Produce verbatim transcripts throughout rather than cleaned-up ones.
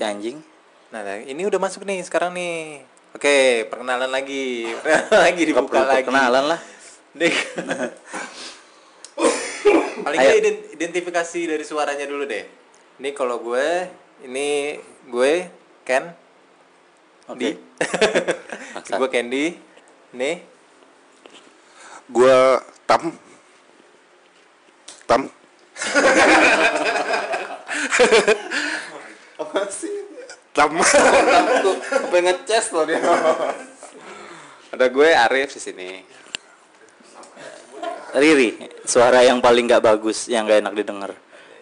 anjing. Nah, ini udah masuk nih sekarang nih. Oke, perkenalan lagi. lagi dibuka lagi. Perkenalan lah. Paling nggak ident- identifikasi dari suaranya dulu deh. Ini kalau gue, ini gue Ken. Oke. Okay. Gue Candy. Nih. Gue Tam. Tam. Apa sih? Tam. Tuh, pengen nge-chest loh dia. Ada gue Arif di sini. Riri, suara yang paling nggak bagus, yang nggak enak didengar.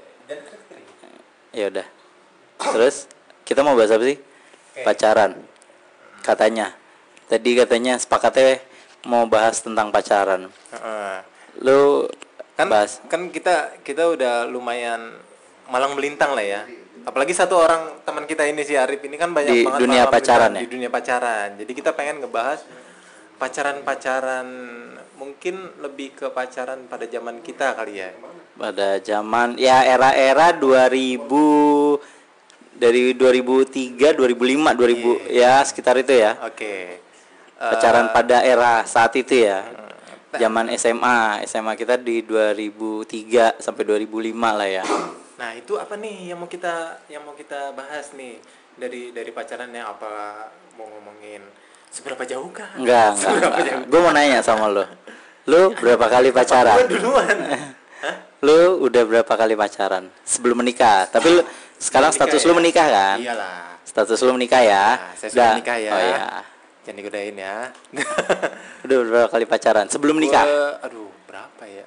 Ya udah. Terus kita mau bahas apa sih? Okay. Pacaran. Katanya. Tadi katanya sepakatnya mau bahas tentang pacaran. Uh, Lu kan bahas. Kan kita kita udah lumayan malang melintang lah ya. Apalagi satu orang teman kita ini si Arif ini kan banyak di banget dunia pacaran ya? Di dunia pacaran. Jadi kita pengen ngebahas pacaran-pacaran, mungkin lebih ke pacaran pada zaman kita kali ya. Pada zaman ya era-era dua ribu, dari dua ribu tiga, dua ribu lima, dua ribu yeah. Ya sekitar itu ya. Oke. Okay. Pacaran uh, pada era saat itu ya. Uh, zaman S M A, S M A kita di dua ribu tiga sampai dua ribu lima lah ya. Nah, itu apa nih yang mau kita yang mau kita bahas nih dari dari pacarannya, apa mau ngomongin seberapa jauh kah? Enggak, enggak. enggak. Gue mau nanya sama lo. Lu berapa kali pacaran? Gue duluan. Hah? Lu udah berapa kali pacaran sebelum menikah? Tapi lu sekarang menikah status ya? lu menikah kan? Iyalah. Status lu menikah ya? Nah, saya sudah menikah ya. Oh iya. Jangan digodain ya. Udah berapa kali pacaran sebelum menikah? Gua, aduh, berapa ya?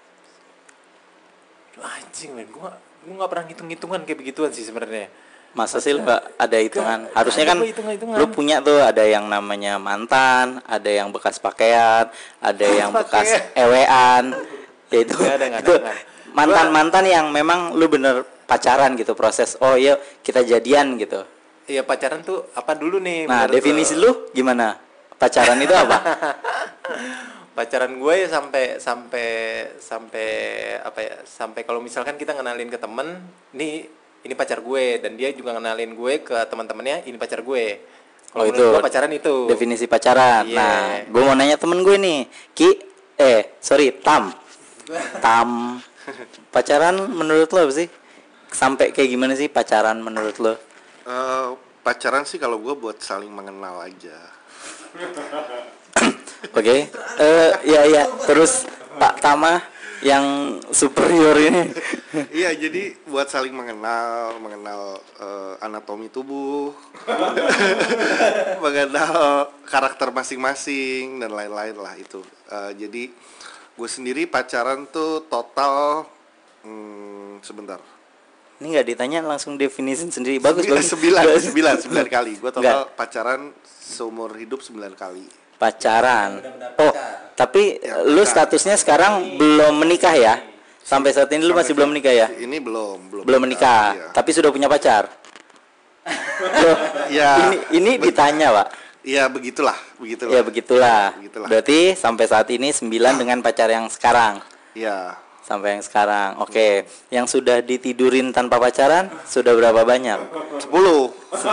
Aduh, anjing men, gua gue nggak pernah ngitung-ngitungan kayak begituan sih sebenarnya. Masa sih lu nggak ada hitungan? Gak, harusnya kan lu punya tuh, ada yang namanya mantan, ada yang bekas pakaian, ada yang bekas ewean, ya itu, itu mantan-mantan yang memang lu bener pacaran gitu, proses oh iya kita jadian gitu. Iya, pacaran tuh apa dulu nih? Nah definisi lo. Lu gimana? Pacaran itu apa? Pacaran gue ya sampai sampai sampai apa ya, sampai kalau misalkan kita ngenalin ke temen nih, ini pacar gue, dan dia juga ngenalin gue ke teman-temannya, ini pacar gue. Kalau oh itu gue pacaran itu definisi pacaran. Yeah. Nah gue mau nanya temen gue nih, Ki eh sorry Tam Tam pacaran menurut lo apa sih? Sampai kayak gimana sih pacaran menurut lo? Uh, pacaran sih kalau gue buat saling mengenal aja. Oke, okay. uh, ya ya. Terus Pak Tama yang superior ini. Iya, jadi buat saling mengenal, mengenal uh, anatomi tubuh, mengenal karakter masing-masing dan lain-lain lah itu. Uh, jadi gue sendiri pacaran tuh total, hmm, sebentar. Ini nggak ditanya langsung definisin sendiri. Bagus sembilan, bagus. Sembilan, sembilan, sembilan kali. Gue total Enggak. pacaran seumur hidup sembilan kali. Pacaran. Oh, tapi ya, lu statusnya sekarang belum menikah ya? Sampai saat ini lu masih belum menikah ya? Ini belum, belum. Belum menikah. Iya. Tapi sudah punya pacar. Loh, ya. Ini ini be- ditanya, Pak. Iya, begitulah, begitulah. Ya, begitulah. begitulah. Berarti sampai saat ini sembilan dengan pacar yang sekarang. Iya. Sampai yang sekarang. Oke, okay. Yang sudah ditidurin tanpa pacaran sudah berapa banyak? Sepuluh.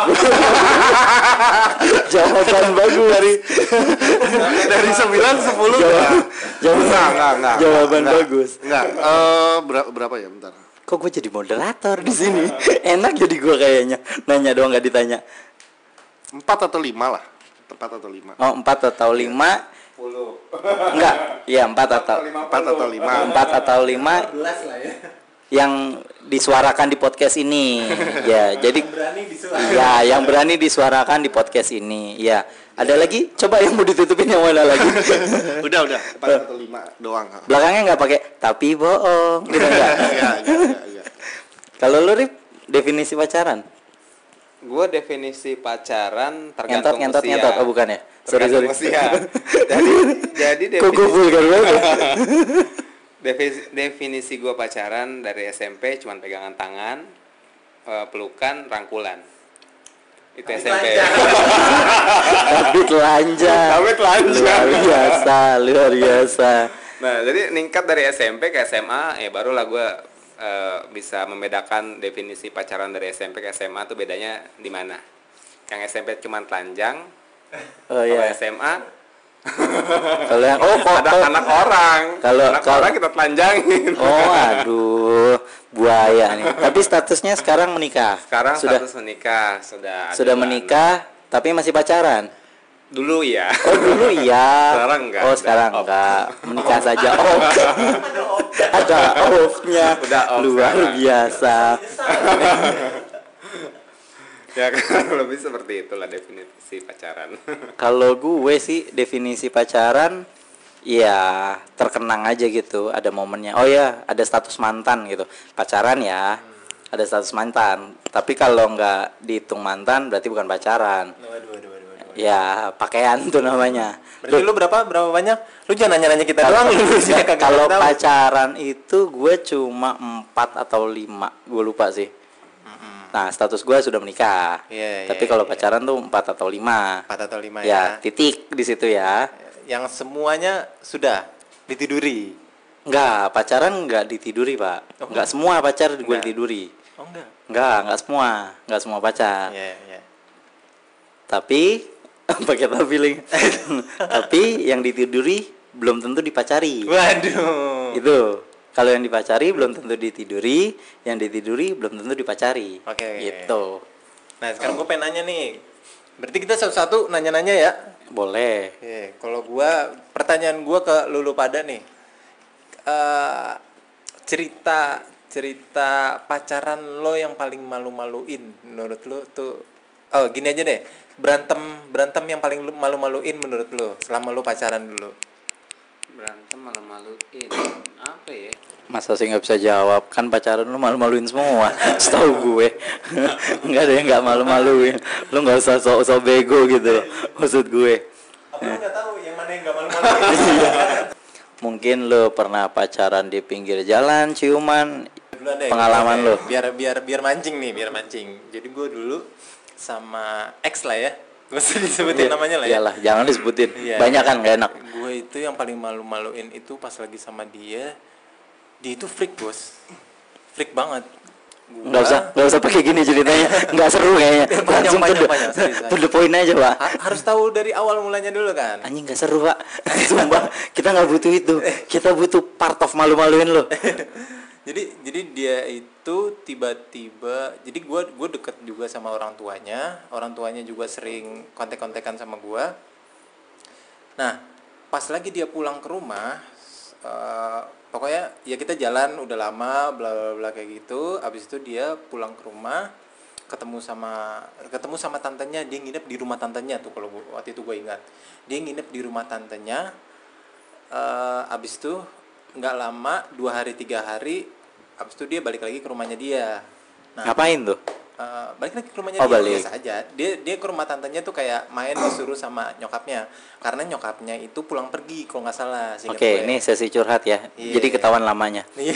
Jawaban bagus dari dari sembilan sepuluh. Jawaban enggak, enggak, enggak. Jawaban enggak, bagus. Enggak. Uh, ber- berapa ya, bentar. Kok gue jadi moderator di sini? Enak jadi gue kayaknya. Nanya doang enggak ditanya. Empat atau lima lah. Empat atau lima. Oh, empat atau lima. Sepuluh. Enggak, iya empat atau empat atau lima. Empat atau lima. Yang disuarakan di podcast ini. Ya, jadi ya, yang berani disuarakan di podcast ini. Ya. Ada lagi? Coba yang mau ditutupin yang mana lagi? Udah, udah. Empat atau lima doang. Belakangnya enggak pakai tapi bohong. Gitu enggak? Enggak, enggak, enggak. Kalau lu Rip, definisi pacaran? Gue definisi pacaran tergantung ngentot, usia. Ngentot, ngentot, oh bukan ya? Sorry, sorry. Usia. jadi, jadi definisi. Kok gue vulgar banget? definisi, definisi gue pacaran dari S M P cuman pegangan tangan, uh, pelukan, rangkulan. Itu S M P. Tapi telanjang. Tapi telanjang. Luar biasa, luar biasa. Nah, jadi ningkat dari S M P ke S M A, ya barulah gue eh, bisa membedakan definisi pacaran dari S M P ke S M A tuh bedanya di mana? Yang S M P cuma telanjang, Oh kalau iya. S M A Kalau yang oh kok ada anak orang, Kalau- anak kalau- orang kita telanjangin. Oh, aduh, buaya nih. Tapi statusnya sekarang menikah. Sekarang sudah status menikah, sudah ada sudah dua menikah, tapi masih pacaran. anak. Dulu ya. Oh dulu iya. Sekarang enggak, Oh udah sekarang off. enggak. Menikah saja. Oh. Ada off-nya. Udah off Luar sekarang. biasa. Ya kan lebih seperti itulah definisi pacaran. Kalau gue sih definisi pacaran ya terkenang aja gitu, ada momennya. Oh ya, ada status mantan gitu. Pacaran ya. Ada status mantan. Tapi kalau nggak dihitung mantan berarti bukan pacaran. Waduh, waduh, waduh, waduh. Ya, pakaian tuh namanya. Berarti lu berapa berapa banyak? Lu jangan nanya-nanya kita doang lu sih kagak Kalau tahu. pacaran itu gue cuma empat atau lima, gue lupa sih. Nah, status gue sudah menikah. Iya, Tapi iya, kalau iya. pacaran tuh empat atau lima. empat atau lima Ya, ya. titik di situ ya. Yang semuanya sudah ditiduri. Enggak, pacaran enggak ditiduri, Pak. Oh. Enggak semua pacar gue Enggak. ditiduri. Oh enggak. Enggak, enggak semua. Enggak semua pacar. Iya, iya. Tapi pakai tapi link. Tapi yang ditiduri belum tentu dipacari. Waduh. Itu. Kalau yang dipacari belum tentu ditiduri, yang ditiduri belum tentu dipacari. Oke, oke. Gitu. Nah, sekarang gue pengen nanya nih. Berarti kita satu-satu nanya-nanya ya. Boleh. Oke, kalau gua pertanyaan gua ke lulu pada nih. Eh cerita cerita pacaran lo yang paling malu-maluin menurut lo tuh. Oh, gini aja deh. Berantem berantem yang paling lu- malu-maluin menurut lo selama lo pacaran dulu. Berantem malu-maluin. Apa ya? Masa sih nggak bisa jawab, kan pacaran lu malu-maluin semua. Setahu gue nggak ada yang nggak malu-maluin. Lu nggak usah sok-sok bego gitu loh, maksud gue. Apa lo nggak tahu yang mana yang nggak malu-maluin? Mungkin lu pernah pacaran di pinggir jalan, ciuman. Duluan deh, Pengalaman duluan lo. deh. Biar biar biar mancing nih, biar mancing. Jadi gua dulu sama ex lah ya. Gak usah disebutin namanya lah ya. Iyalah, jangan disebutin. Iya. Banyak kan nggak enak. Gue itu yang paling malu-maluin itu pas lagi sama dia. Dia itu freak, Bos. Freak banget. Gua- Nggak usah, nggak usah pakai gini ceritanya. Nggak seru kayaknya. Panjang, Langsung panjang, to the- panjang, serius, to the point aja, Pak. Ha- harus tahu dari awal mulanya dulu kan. Anjing nggak seru, Pak. Sumpah, kita nggak butuh itu. Kita butuh part of malu-maluin lo. jadi jadi dia itu tiba-tiba, jadi gua gua deket juga sama orang tuanya. Orang tuanya juga sering kontek-kontekan sama gua. Nah, pas lagi dia pulang ke rumah, eh, pokoknya ya kita jalan udah lama bla bla bla kayak gitu. Abis itu dia pulang ke rumah, ketemu sama ketemu sama tantenya. Dia nginep di rumah tantenya tuh, kalau gua- waktu itu gue ingat. Dia nginep di rumah tantenya. Eh, abis itu nggak lama, dua hari tiga hari, abis itu dia balik lagi ke rumahnya dia. Nah, Ngapain tuh? eh, balik lagi ke rumahnya Oh, dia balik. biasa aja. Dia dia ke rumah tantenya tuh kayak main, disuruh sama nyokapnya. Karena nyokapnya itu pulang pergi kalau nggak salah. seingat Oke, gue. ini sesi curhat ya. Iya. Jadi ketahuan lamanya. Iya.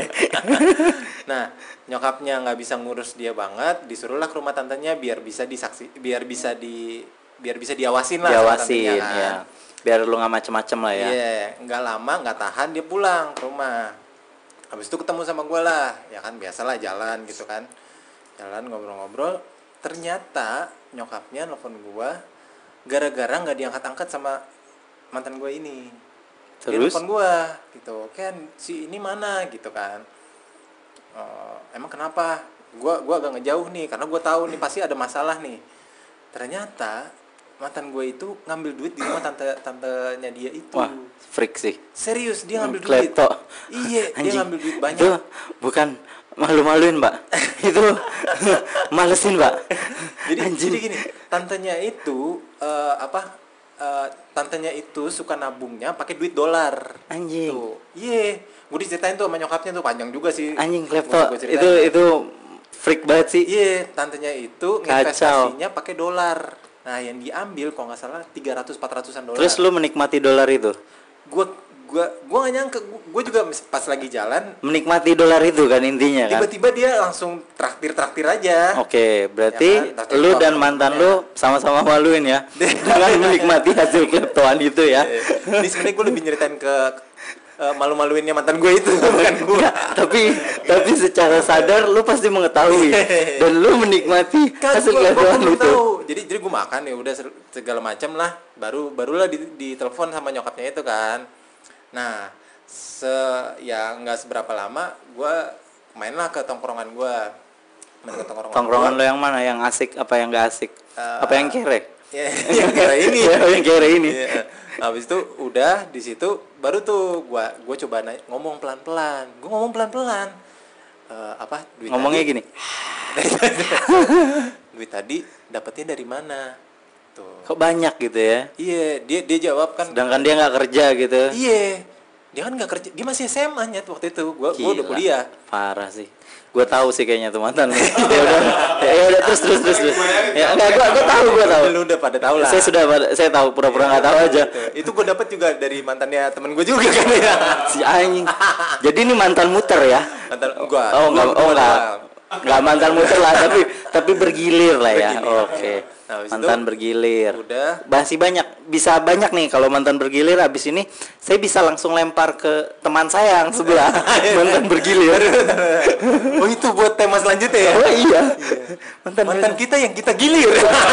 Nah, nyokapnya nggak bisa ngurus dia banget, disuruhlah ke rumah tantenya biar bisa disaksi, biar bisa di biar bisa diawasin lah sama Diawasin tantenya kan. ya. Biar lu nggak macem-macem lah ya. Iya, nggak lama, nggak tahan dia pulang ke rumah. Habis itu ketemu sama gue lah, ya kan biasalah jalan gitu kan, jalan ngobrol-ngobrol. Ternyata nyokapnya nelfon gue, gara-gara nggak diangkat-angkat sama mantan gue ini. Dia Terus? nelfon gue, gitu, kan si ini mana gitu kan. "Eh, emang kenapa? Gue gua agak ngejauh nih, karena gue tahu nih pasti ada masalah nih. Ternyata mantan gue itu ngambil duit di rumah tante tantenya dia itu. Wah, freak sih. Serius, dia ngambil duit. Klepto. Iya, dia Anjing. ngambil duit banyak. Itu bukan malu-maluin, Pak. Itu malesin, Pak. Jadi Anjing. jadi gini, tantenya itu eh, apa? eh, tantenya itu suka nabungnya pakai duit dolar. Anjing. Tuh. Iya, gue diceritain tuh sama nyokapnya tuh, panjang juga sih. Anjing Gua- klepto. gua ceritain. Itu itu freak banget sih. Iya, tantenya itu Kacau. investasinya pakai dolar. Nah, yang diambil kalau nggak salah tiga ratus empat ratusan dolar. Terus lu menikmati dolar itu? gua gua gua nggak nyangka, gua, gua juga pas lagi jalan Menikmati dolar itu kan intinya kan? tiba-tiba dia langsung traktir-traktir aja. Oke, berarti Ya kan, lu traktir dan doang. mantan Ya. lu sama-sama maluin ya dengan menikmati hasil kleptoan itu ya. Ini sebenarnya gue lebih nyeritain ke uh, malu-maluinnya mantan gue itu bukan gue. tapi tapi secara sadar lu pasti mengetahui dan lu menikmati kan hasil gua, kelakuan gua lu itu. jadi jadi gue makan ya udah segala macam lah, baru barulah di, di telepon sama nyokapnya itu kan. Nah se ya nggak seberapa lama gue mainlah ke tongkrongan gue. Main ke tongkrongan, Tongkrongan lo yang mana, yang asik apa yang gak asik? Uh, apa yang kere? Ya, yang kira ini. yang kere ini. Ya. Habis itu udah di situ baru tuh gua gua coba na- ngomong pelan-pelan. Gua ngomong pelan-pelan. Uh, apa? Duit Ngomongnya tadi, gini. Duit tadi dapetnya dari mana? Tuh. Kok banyak gitu ya? Iya, dia dia jawab kan. Sedangkan dia nggak kerja gitu. Iya. Dia kan nggak kerja. Dia masih S M A-nya tuh waktu itu. Gua gua udah Gila, kuliah. Parah sih. Gue tahu sih kayaknya tuh mantan lu. Ya udah, ya udah terus terus terus. terus. Ya enggak, gue gue tahu gue tahu. Lu udah pada tahu lah. Saya sudah pada, saya tahu pura-pura nggak tahu aja. Itu, itu gue dapet juga dari mantannya temen gue juga kan ya. Si anjing. Jadi ini mantan muter ya? Mantan gua. Oh enggak, gua- oh gua enggak. doang. Enggak mantan muter lah, tapi tapi bergilir lah ya. Bergilir. Oke. Nah, habis Mantan itu, bergilir. udah. Masih banyak, bisa banyak nih kalau mantan bergilir. Habis ini saya bisa langsung lempar ke teman saya yang sebelah. Mantan bergilir. Oh itu buat tema selanjutnya ya. Oh iya. Mantan Mantan kita yang kita gilir.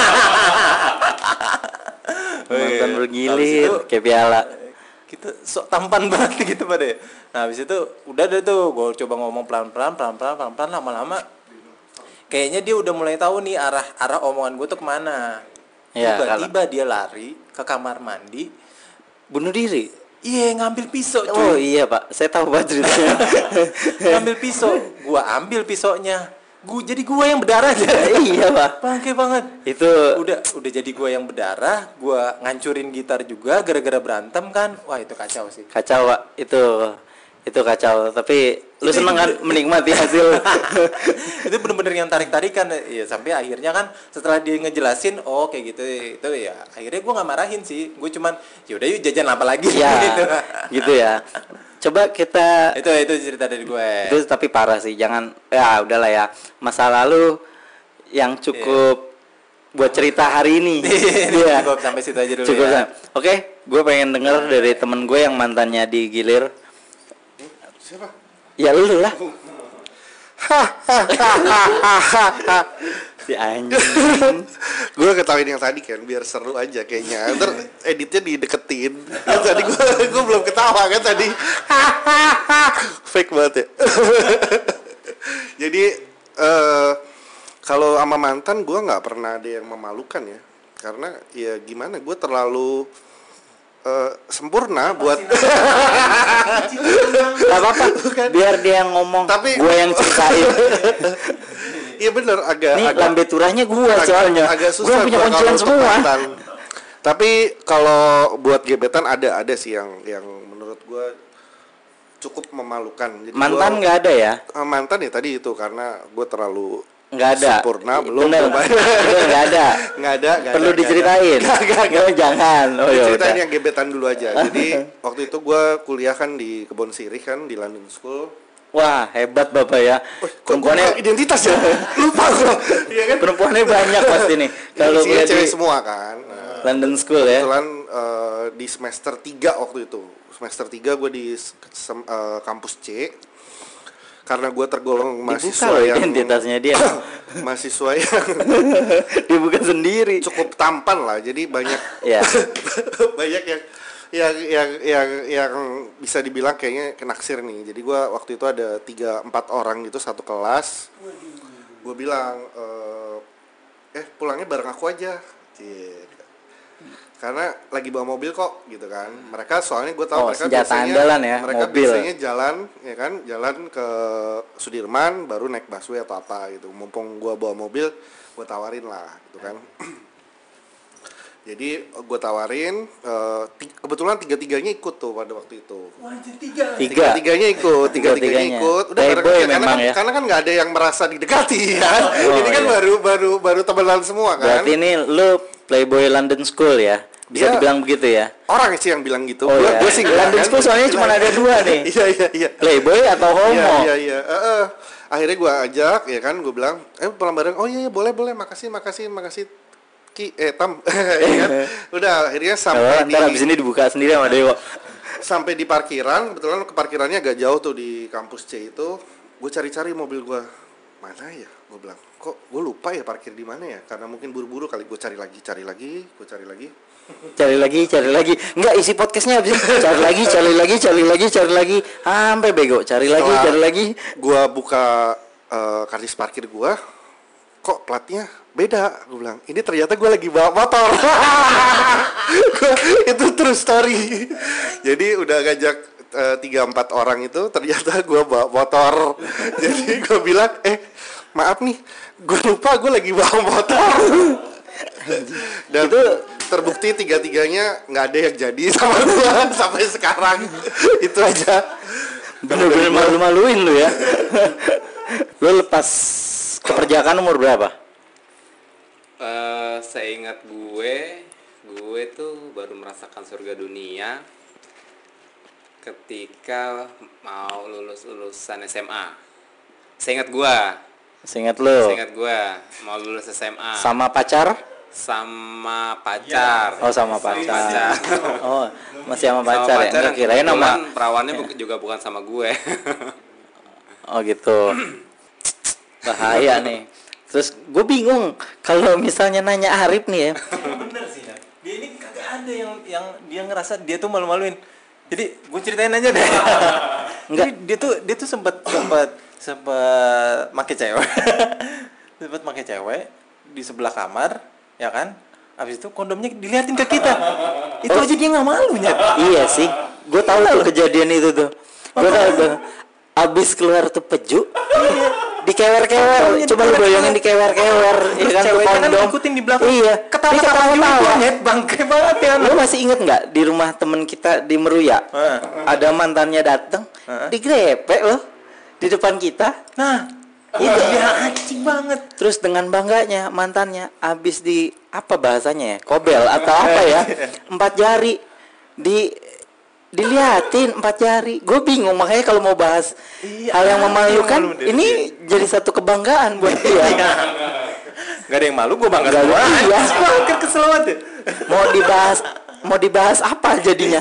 mantan Habis bergilir itu, kayak piala. kita sok tampan banget gitu pada ya. Nah habis itu udah deh tuh gue coba ngomong pelan-pelan pelan-pelan pelan-pelan lama-lama kayaknya dia udah mulai tahu nih arah arah omongan gue tuh kemana. Ya, Tiba-tiba dia lari ke kamar mandi. Bunuh diri. Iya ngambil pisau cuy. Oh iya pak, saya tahu banget ceritanya. Ngambil pisau, gua ambil pisaunya. Gua jadi gua yang berdarah aja. Iya pak. Bangke banget. Itu Udah udah jadi gua yang berdarah, gua ngancurin gitar juga gara-gara berantem kan. Wah, itu kacau sih. kacau pak, itu itu kacau. Tapi lu Itu- seneng kan itu- menikmati hasil. Itu bener-bener yang tarik-tarikan ya, sampai akhirnya kan setelah dia ngejelasin oh kayak gitu itu ya akhirnya gua nggak marahin sih, gue cuman yaudah yuk jajan apa lagi Ya, gitu. gitu ya. Coba kita itu itu cerita dari gue. itu tapi parah sih. Jangan ya udahlah ya. Masa lalu yang cukup buat cerita hari ini. Iya. Cukup sampai situ aja dulu Cukup. ya. Sam. Oke, gue pengen denger dari temen gue yang mantannya digilir. Siapa? Ya lu lah. Si anjing. Gue ketawain yang tadi kan biar seru aja kayaknya. Ntar editnya dideketin. Kan tadi gue gue belum ketawa kan tadi. Fake banget ya. Jadi eh kalau sama mantan gue nggak pernah ada yang memalukan ya. Karena ya gimana gue terlalu eh, sempurna buat Gak apa-apa. Biar dia yang ngomong. Tapi- gue yang ceritain. iya bener agak Ini agak lambe turahnya gue agak- soalnya. agak Gue susah punya gua kuncian kalau untuk semua. mantan. Tapi kalau buat gebetan ada ada sih yang yang menurut gue cukup memalukan. Jadi Mantan gua- nggak ada ya? Eh, mantan ya tadi itu karena gue terlalu Nggak ada. sempurna I- belum bener. belum ada. Bener, nggak ada. nggak ada nggak Perlu ada, nggak diceritain. ada. Nggak, nggak, Oh, jangan. Oh Gue ya ceritain udah. yang gebetan dulu aja. Jadi waktu itu gue kuliah kan di Kebon Sirih kan di London School. Wah hebat bapak ya. Perempuannya Perempuannya identitas ya lupa gue. Iya kan? perempuannya banyak pasti nih. Kalau Isinya kuliah cewek di semua kan. Nah, London School ya. kebetulan eh, di semester tiga waktu itu. Semester tiga gue di s- sem- eh, kampus C. Karena gue tergolong Dibuka mahasiswa loh yang identitasnya dia. mahasiswa yang Dibuka sendiri. cukup tampan lah. Jadi banyak Ya. banyak yang yang yang yang yang bisa dibilang kayaknya kenaksir nih. Jadi gue waktu itu ada tiga empat orang gitu satu kelas. Gue bilang eh, eh pulangnya bareng aku aja. Cie. Karena lagi bawa mobil kok gitu kan. Mereka soalnya gue tahu Oh, mereka senjata biasanya andalan ya, mereka mobil. biasanya jalan ya kan, jalan ke Sudirman baru naik busway atau apa gitu. Mumpung gue bawa mobil, gue tawarin lah gitu kan. Jadi gue tawarin, eh, ti- kebetulan tiga-tiganya ikut tuh pada waktu itu. Tiga. Tiga-tiganya ikut, tiga-tiganya Tiga-tiganya. ikut. Udah Playboy bareng- karena memang kan, ya. karena kan nggak ada yang merasa didekati kan. Oh, Ini kan iya. baru baru baru temenan semua kan. Berarti ini lu Playboy London School ya? Bisa Iya. dibilang begitu ya? Orang sih yang bilang gitu. Oh, Gua, iya. gua sih enggak, London kan. School soalnya cuma ada dua nih. Iya iya iya. Playboy atau Iya homo? iya iya. Eh, eh. Akhirnya gue ajak ya kan, gue bilang, eh pulang bareng. Oh iya iya boleh boleh, makasih makasih makasih. Ki eh Tam. Ya kan? Udah akhirnya Oh, sampai di ntar abis ini dibuka sendiri sama Dewo. sampai di parkiran, kebetulan ke parkirannya agak jauh tuh di kampus C itu. Gue cari-cari mobil gue, mana ya? Gue bilang, kok gue lupa ya parkir di mana ya? Karena mungkin buru-buru kali. Gue cari lagi, cari lagi, gue cari lagi. Cari lagi, cari lagi. Enggak, isi podcastnya habis. Cari lagi, cari lagi, cari lagi, cari lagi. Sampai bego. Cari lagi, Setelah cari lagi. Gue buka uh, karcis parkir gue, kok platnya beda. Gue bilang, ini ternyata gue lagi bawa motor. Gua, itu true story. Jadi udah ngajak tiga empat orang itu, ternyata gue bawa motor. Jadi gue bilang, eh maaf nih, gue lupa gue lagi bawa motor. Dan itu terbukti tiga-tiganya nggak ada yang jadi sama gue sampai sekarang. Itu aja. Bener-bener malu-maluin lu ya. Lu lepas keperjakaan umur berapa? Uh, seingat gue, gue tuh baru merasakan surga dunia ketika mau lulus lulusan S M A. Seingat gue. Seingat lu. Seingat gue mau lulus S M A. Sama pacar? Sama pacar. Oh, sama pacar. pacar. Oh, masih sama pacar, sama pacar ya? Kirain nama perawannya bu- juga bukan sama gue. Oh gitu. Bahaya nih. Terus gue bingung kalau misalnya nanya Arif nih ya. Bener sih ya. Dia ini kagak ada yang yang dia ngerasa dia tuh malu-maluin. Jadi gue ceritain aja deh. Enggak, dia tuh dia tuh sempat sempat sempat make cewek. sempat make cewek di sebelah kamar, ya kan? Habis itu kondomnya diliatin ke kita. Itu Oh. aja dia nggak malu nyet. Iya sih. Gue tahu tuh kejadian itu tuh. Gue tahu tuh. Abis keluar tuh peju. Dikewer-kewer. Coba lu bayangin dikewer-kewer. Iya kan, tuh Ceweknya kan kondom. ngikutin di belakang. Iya. Ketawa-ketawa juga nyet, bangke banget ya. Lu masih inget nggak di rumah temen kita di Meruya? Heeh. Ada mantannya dateng, Heeh. digrepek loh di depan kita. Nah, itu dia anjing banget. Terus dengan bangganya mantannya abis di apa bahasanya ya, kobel atau apa ya, empat jari di diliatin empat jari. Gue bingung, makanya kalau mau bahas Iya, hal yang memalukan malu deh ini jadi satu kebanggaan buat dia. Gak ada yang malu, gue bangga Nggak semua. ada, iya. Kan kesel banget ya. Mau dibahas mau dibahas apa jadinya?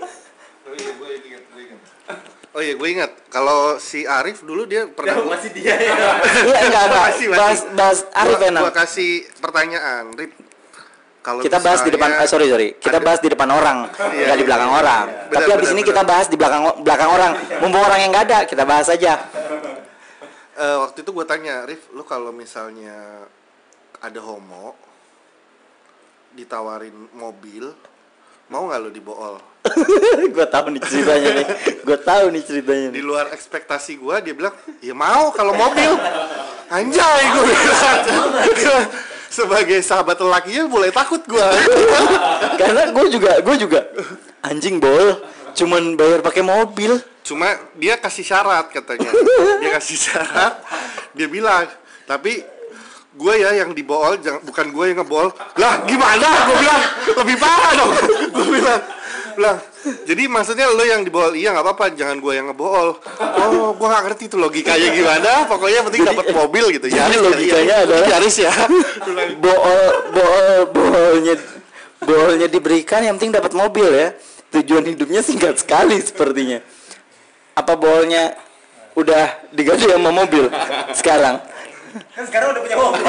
Oh iya, gue ingat kalau si Arif dulu dia pernah gua, Masih dia ya. Iya enggak enggak Masih, masih. bahas bahas Arif gua, enak. gua kasih pertanyaan, Rip. Kalau Kita bahas di depan, misalnya eh, sorry sorry, kita ada- bahas di depan orang, Iya, nggak di iya, belakang iya. orang. Benar, Tapi habis benar, ini benar. kita bahas di belakang belakang orang. Mumpung orang yang nggak ada, kita bahas aja. Eh, waktu itu gue tanya, Rif, lu kalau misalnya ada homo ditawarin mobil, mau nggak lu dibool? Gue tahu nih ceritanya nih, gue tahu nih ceritanya Di nih. luar ekspektasi gue, dia bilang, ya mau kalau mobil. Anjay, gue bilang. Sebagai sahabat lelakinya mulai takut gue. Karena gue juga gue juga anjing bol, cuman bayar pakai mobil. Cuma dia kasih syarat katanya. Dia kasih syarat. Dia bilang, tapi gue ya yang dibool, jangan, bukan gue yang ngebool. Lah gimana? Gue bilang lebih parah dong. Gue bilang, bilang. Jadi maksudnya lo yang dibool, iya nggak apa-apa, jangan gue yang ngebool. Oh, gue nggak ngerti tuh logikanya gimana. Pokoknya yang penting dapat mobil gitu. Jadi Yaris, logikanya ya, adalah Yaris ya. bool bool boolnya boolnya diberikan, yang penting dapat mobil ya. Tujuan hidupnya singkat sekali sepertinya. Apa boolnya udah diganti sama mobil sekarang? Kan sekarang udah punya mobil.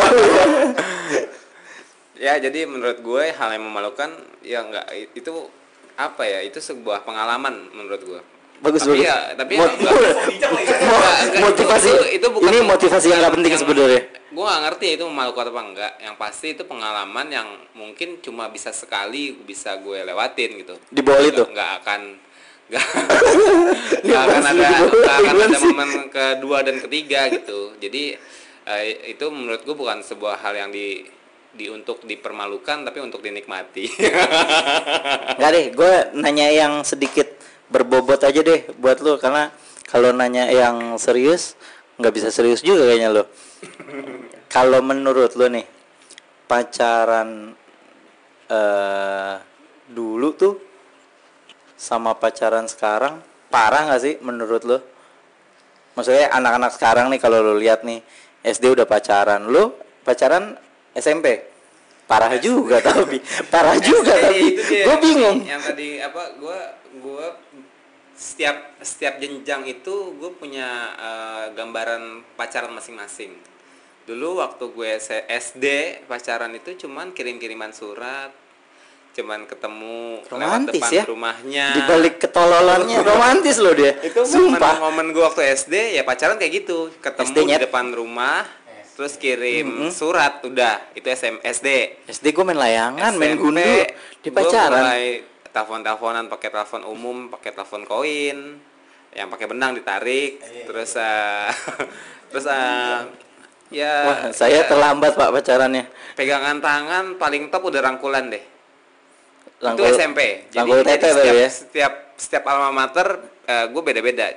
Ya, jadi menurut gue hal yang memalukan ya enggak itu apa ya? Itu sebuah pengalaman menurut gue. Bagus Tapi bagus. ya, tapi ya Mot- enggak- mo- Enggak, enggak, motivasi itu- itu bukan- ini motivasi yang nggak penting yang- sebenarnya. Gue gak ngerti itu memalukan apa enggak. Yang pasti itu pengalaman yang mungkin cuma bisa sekali bisa gue lewatin gitu. Di bool itu? Nggak akan nggak Ya, nggak akan pasti ada di bool. nggak akan Gimana ada sih? momen kedua dan ketiga gitu. Jadi eh, itu menurut gue bukan sebuah hal yang di di untuk dipermalukan, tapi untuk dinikmati. Nggak deh, gue nanya yang sedikit berbobot aja deh buat lu, karena kalau nanya yang serius nggak bisa serius juga kayaknya lo. Kalau menurut lu nih, pacaran eh, dulu tuh sama pacaran sekarang parah nggak sih menurut lu? Maksudnya anak-anak sekarang nih, kalau lu lihat nih, S D udah pacaran, lu pacaran S M P parah juga tapi parah juga Nah, tapi itu dia. gue bingung. Yang tadi apa gue gue setiap setiap jenjang itu gue punya uh, gambaran pacaran masing-masing. Dulu waktu gue S D pacaran itu cuman kirim-kiriman surat, cuman ketemu lewat Romantis depan ya? rumahnya. Di balik ketololannya romantis loh dia. Itu sumpah. momen gue waktu S D ya pacaran kayak gitu, ketemu S D-nya di depan rumah, terus kirim Mm-hmm. surat, udah itu S M S D. S D gue main layangan, main S M P, gundu di gua pacaran. mulai telepon-teleponan pakai telepon umum, pakai telepon koin, yang pakai benang ditarik, terus uh, terus uh, ya Wah, saya ya, terlambat Pak pacarannya. pegangan tangan paling top udah rangkulan deh. Rangkul- itu S M P. Jadi, rangkul jadi tete setiap, tadi ya? setiap setiap alma mater uh, gue beda-beda.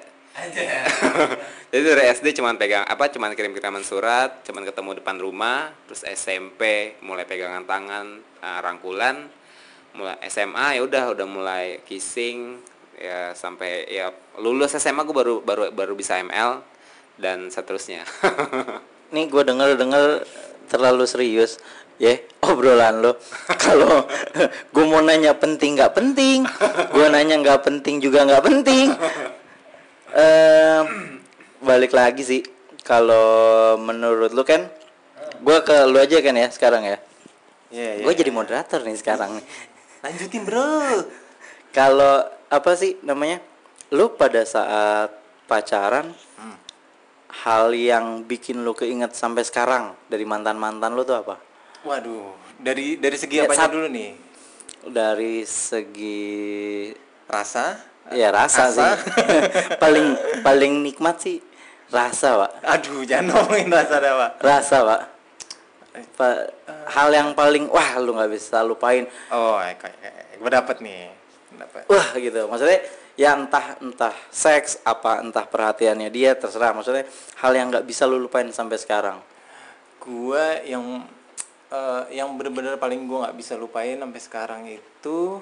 Jadi dari S D cuman pegang apa cuman kirim-kiriman surat, cuman ketemu depan rumah, terus S M P mulai pegangan tangan, uh, rangkulan, mulai S M A ya udah udah mulai kissing ya sampai ya lulus S M A gue baru baru baru bisa M L dan seterusnya. Nih gue denger-denger terlalu serius ya obrolan lo. Kalau gue mau nanya penting nggak penting, gue nanya nggak penting juga nggak penting. Eh, balik lagi sih. Kalau menurut lu kan, gue ke lu aja kan ya sekarang ya. Iya, iya. Gue jadi moderator nih sekarang nih. Lanjutin, Bro. Kalau apa sih namanya? Lu pada saat pacaran, Hmm. hal yang bikin lu keinget sampai sekarang dari mantan-mantan lu tuh apa? Waduh, dari dari segi Ya, apanya sat- dulu nih? Dari segi Rasa? ya rasa Asa? sih. paling paling nikmat sih rasa, Pak. Aduh, jangan ngomongin rasa dah, Pak. Rasa, Pak. Pa- hal yang paling wah lu nggak bisa lupain. Oh, kayak gue dapet nih. Dapet. Wah gitu. Maksudnya ya entah entah seks apa entah perhatiannya dia terserah. Maksudnya hal yang nggak bisa lu lupain sampai sekarang. Gua yang eh, yang bener-bener paling gue nggak bisa lupain sampai sekarang itu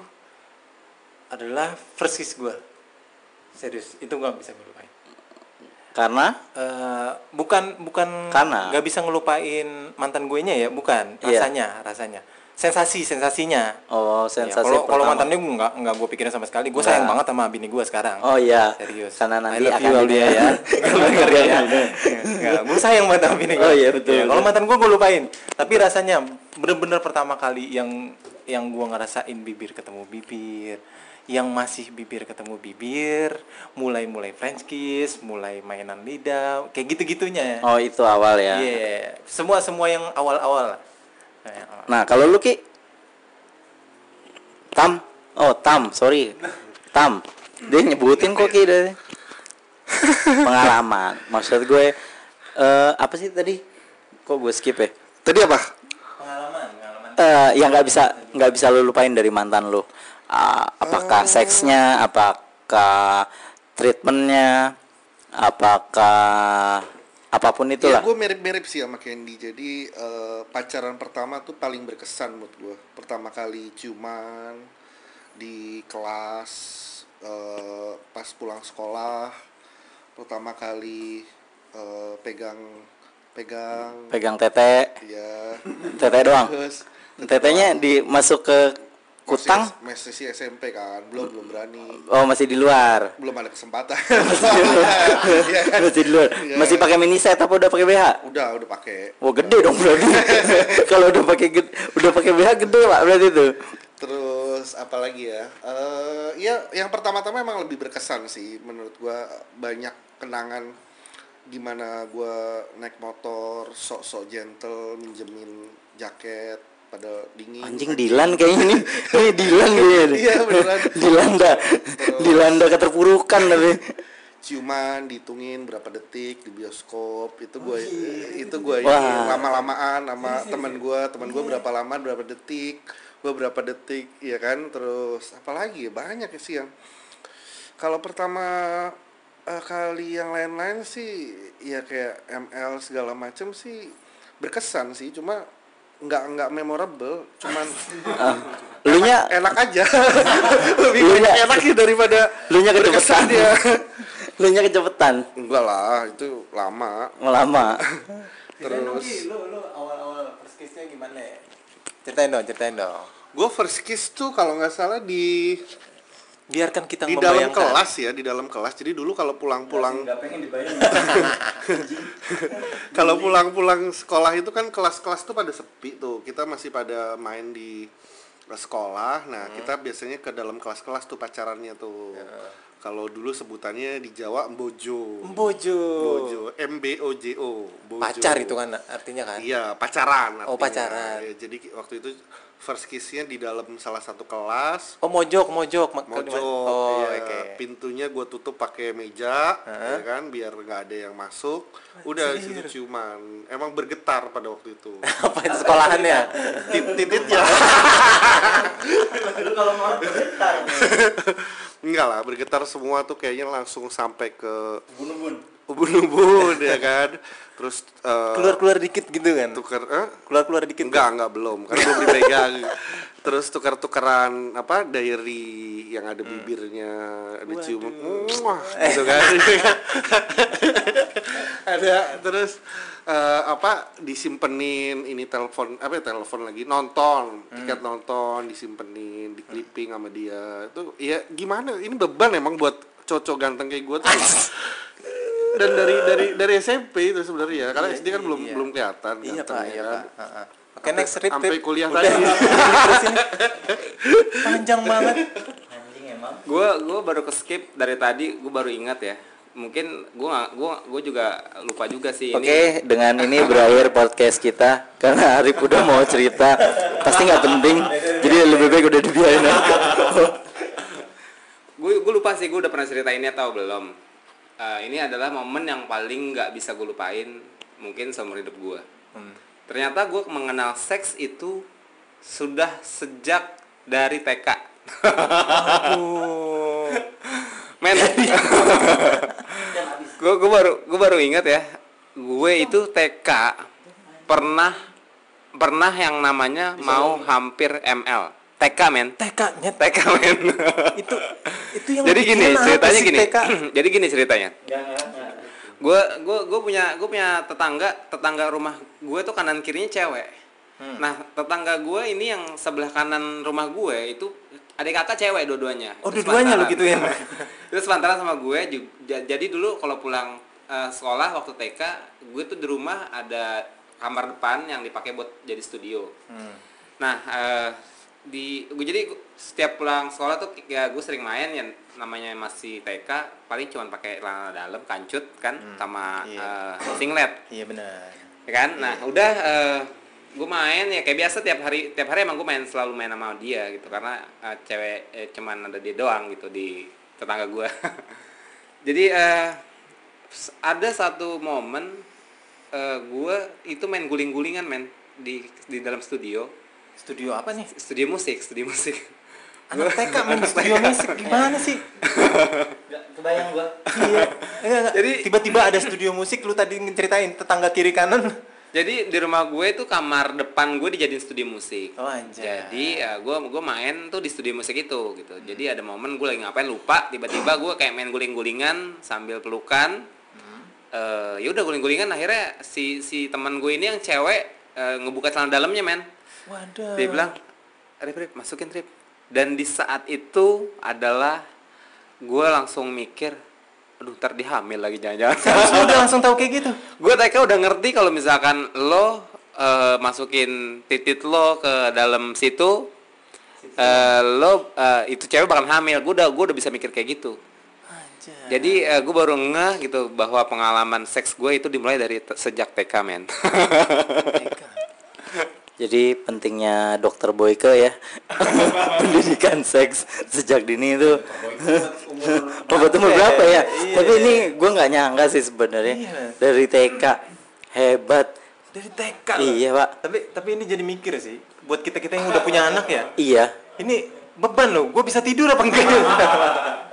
adalah first kiss gue. Serius, itu gue nggak bisa gue lupain. Karena Eh, bukan bukan Karena? nggak bisa ngelupain mantan gue nya ya, bukan Iya. rasanya rasanya sensasi sensasinya. oh Ya, sensasi kalau kalau pertama. mantannya gue nggak nggak gue pikirin sama sekali. Gue Nggak. sayang banget sama bini gue sekarang. Oh iya. Serius. Karena nanti I love akan you, Aldia didengar. ya. Kalau denger ya. Nggak, gue sayang banget sama bini gue. Oh iya, betul, Ya, kalau betul. mantan gue gue lupain. Tapi rasanya bener-bener pertama kali yang yang gue ngerasain bibir ketemu bibir, yang masih bibir ketemu bibir, mulai-mulai French kiss, mulai mainan lidah, kayak gitu-gitunya. Oh itu awal ya. Iya, semua semua yang awal-awal lah. Nah, yang awal. Nah kalau lu Ki Tam, oh Tam, sorry Tam, dia nyebutin kok Ki dari pengalaman. Maksud gue eh apa sih tadi? Kok gue skip ya? Tadi apa? Pengalaman, pengalaman. Eh yang nggak bisa nggak bisa lu lupain dari mantan lu. Ah, apakah seksnya, apakah treatmentnya, apakah apapun Ya itulah. gue mirip-mirip sih sama Candy. Jadi eh, pacaran pertama tuh paling berkesan menurut gue. Pertama kali ciuman di kelas eh, pas pulang sekolah. Pertama kali eh, pegang pegang Pegang tete, ya. tete doang. Terus Tetenya dimasuk ke kutang. masih, masih sih S M P kan, belum belum berani. Oh masih di luar. Belum ada kesempatan. Iya kan? Masih di luar. Iya. Masih pakai mini set apa udah pakai B H? Udah, udah pakai. Wah gede dong berarti. Kalau udah pakai gede, udah pakai B H gede Pak berarti itu. Terus apa lagi ya? Eh ya yang pertama-tama emang lebih berkesan sih menurut gua, banyak kenangan gimana gua naik motor sok-sok gentle minjemin jaket pada dingin. Anjing Dilan kayaknya nih. Ini Dilan kayaknya nih. Iya beneran. Dilanda. Dilanda keterpurukan tapi. Ciuman dihitungin berapa detik di bioskop itu gue itu gue Wah. lama-lamaan sama teman gue teman gue berapa lama berapa detik gue berapa detik ya kan. Terus apalagi ya banyak ya sih yang kalau pertama eh, kali yang lain-lain sih ya kayak M L segala macam sih berkesan sih, cuma nggak nggak memorable, cuman Ah, lu nya enak aja. Lebih Lu nya- enak sih daripada lu nya kecepetan. berkesan ya. Lu nya kecepetan. Enggak lah, itu lama. Lama. Terus lu lu awal-awal first kiss-nya gimana ya? Ceritain dong, ceritain dong. gue first kiss tuh kalau nggak salah di biarkan kita di dalam membayangkan. kelas ya, di dalam kelas. Jadi dulu kalau pulang-pulang Nggak pengen dibayangin. kalau pulang-pulang sekolah itu kan kelas-kelas tuh pada sepi tuh. Kita masih pada main di sekolah. Nah, hmm. kita biasanya ke dalam kelas-kelas tuh pacarannya tuh. Ya. Kalau dulu sebutannya di Jawa Mbojo. Mbojo. Mbojo, M B O J O. Mbojo. Pacar itu kan artinya kan? Iya, pacaran artinya. Oh, pacaran. Ya, jadi waktu itu first kiss-nya di dalam salah satu kelas. Oh, mojok, mojok. Mojok. Oh, ya. oke. Okay. Pintunya gue tutup pakai meja, uh-huh. ya kan, biar nggak ada yang masuk. Udah di situ ciuman. Emang bergetar pada waktu itu. Apa itu sekolahannya? Titit-tititnya. Lu kalau mau bergetar. Enggak lah, bergetar semua tuh kayaknya langsung sampai ke ubun-ubun. Ubun-ubun ya kan. Terus uh, keluar-keluar dikit gitu kan. Tuker eh? Keluar-keluar dikit. Enggak, kan? enggak belum. Kan belum dipegang. Terus tukar-tukaran apa diary yang ada bibirnya, ada cium. Wah, gitu kan. Ada terus uh, apa disimpenin ini telepon apa ya, telepon lagi nonton tiket hmm. nonton disimpenin di clipping sama dia itu ya gimana ini beban emang buat cocok ganteng kayak gue tuh. Dan dari dari dari S M P itu sebenarnya karena iya, S D kan iya, belum iya. belum kelihatan iya pak iya kan. pak uh-uh. Oke, next trip sampai kuliah udah, tadi panjang banget. Anjing emang. Gue gue baru ke skip dari tadi, gue baru ingat ya. Mungkin gue gue gue juga lupa juga sih. Oke, okay, dengan ini berakhir podcast kita karena Arif udah mau cerita, pasti nggak penting, jadi lebih baik udah dibiarin aja. Gue gue lupa sih, gue udah pernah ceritainnya atau belum. Uh, ini adalah momen yang paling nggak bisa gue lupain mungkin seumur hidup gue. Hmm. Ternyata gue mengenal seks itu sudah sejak dari T K. Aduh. Men. gue gue baru gue baru ingat ya. Gue itu T K pernah pernah yang namanya bisa mau dong. Hampir M L. T K men. T K-nya T K men. itu itu yang jadi gini ceritanya gini. T K? Jadi gini ceritanya. Gue gue gue punya gue punya tetangga tetangga rumah gue tuh kanan kirinya cewek. Hmm. Nah tetangga gue ini yang sebelah kanan rumah gue itu adik kakak cewek dua-duanya. Oh dua-duanya lo gituin. Terus sepantaran sama gue juga, jadi dulu kalau pulang uh, sekolah waktu T K gue tuh di rumah ada kamar depan yang dipakai buat jadi studio. Hmm. Nah uh, di gue jadi setiap pulang sekolah tuh ya gue sering main yang namanya masih T K paling cuma pakai celana dalam kancut kan hmm, sama iya. uh, singlet. Iya benar. Ya kan? Iya. Nah, udah uh, gue main ya kayak biasa tiap hari tiap hari emang gue main selalu main sama dia gitu karena uh, cewek eh, cuman ada dia doang gitu di tetangga gue. Jadi uh, ada satu momen uh, gue itu main guling-gulingan men di di dalam studio. Studio apa nih? Studio musik, studio musik. Anak T K main studio musik gimana sih? Gak kebayang gua. Iya. Enggak, enggak. Jadi tiba-tiba ada studio musik lu tadi ngeceritain tetangga kiri kanan. Jadi di rumah gue itu kamar depan gue dijadiin studio musik. Oh anjay. Jadi ya gue gue main tuh di studio musik itu gitu. Hmm. Jadi ada momen gue lagi ngapain lupa tiba-tiba gue kayak main guling-gulingan sambil pelukan. Hmm. Uh, ya udah guling-gulingan akhirnya si si teman gue ini yang cewek uh, ngebuka celana dalamnya men. Waduh. Dia bilang, Rip, Rip, masukin Rip. Dan di saat itu adalah gue langsung mikir, aduh ntar dihamil lagi jangan-jangan. Lu udah langsung tahu kayak gitu? Gue T K udah ngerti kalau misalkan lo uh, masukin titit lo ke dalam situ, uh, lo uh, itu cewek bakal hamil. Gue udah gue udah bisa mikir kayak gitu. Anjay. Jadi uh, gue baru ngeh gitu bahwa pengalaman seks gue itu dimulai dari t- sejak T K men. T K. Jadi pentingnya dokter Boyke ya pendidikan seks sejak dini itu. Obat umur berapa ya? Iya, tapi iya. Ini gue nggak nyangka sih sebenarnya iya. Dari T K hebat. Dari T K. Iya pak. Tapi tapi ini jadi mikir sih buat kita kita yang udah punya anak ya. Iya. Ini beban loh. Gue bisa tidur apa enggak?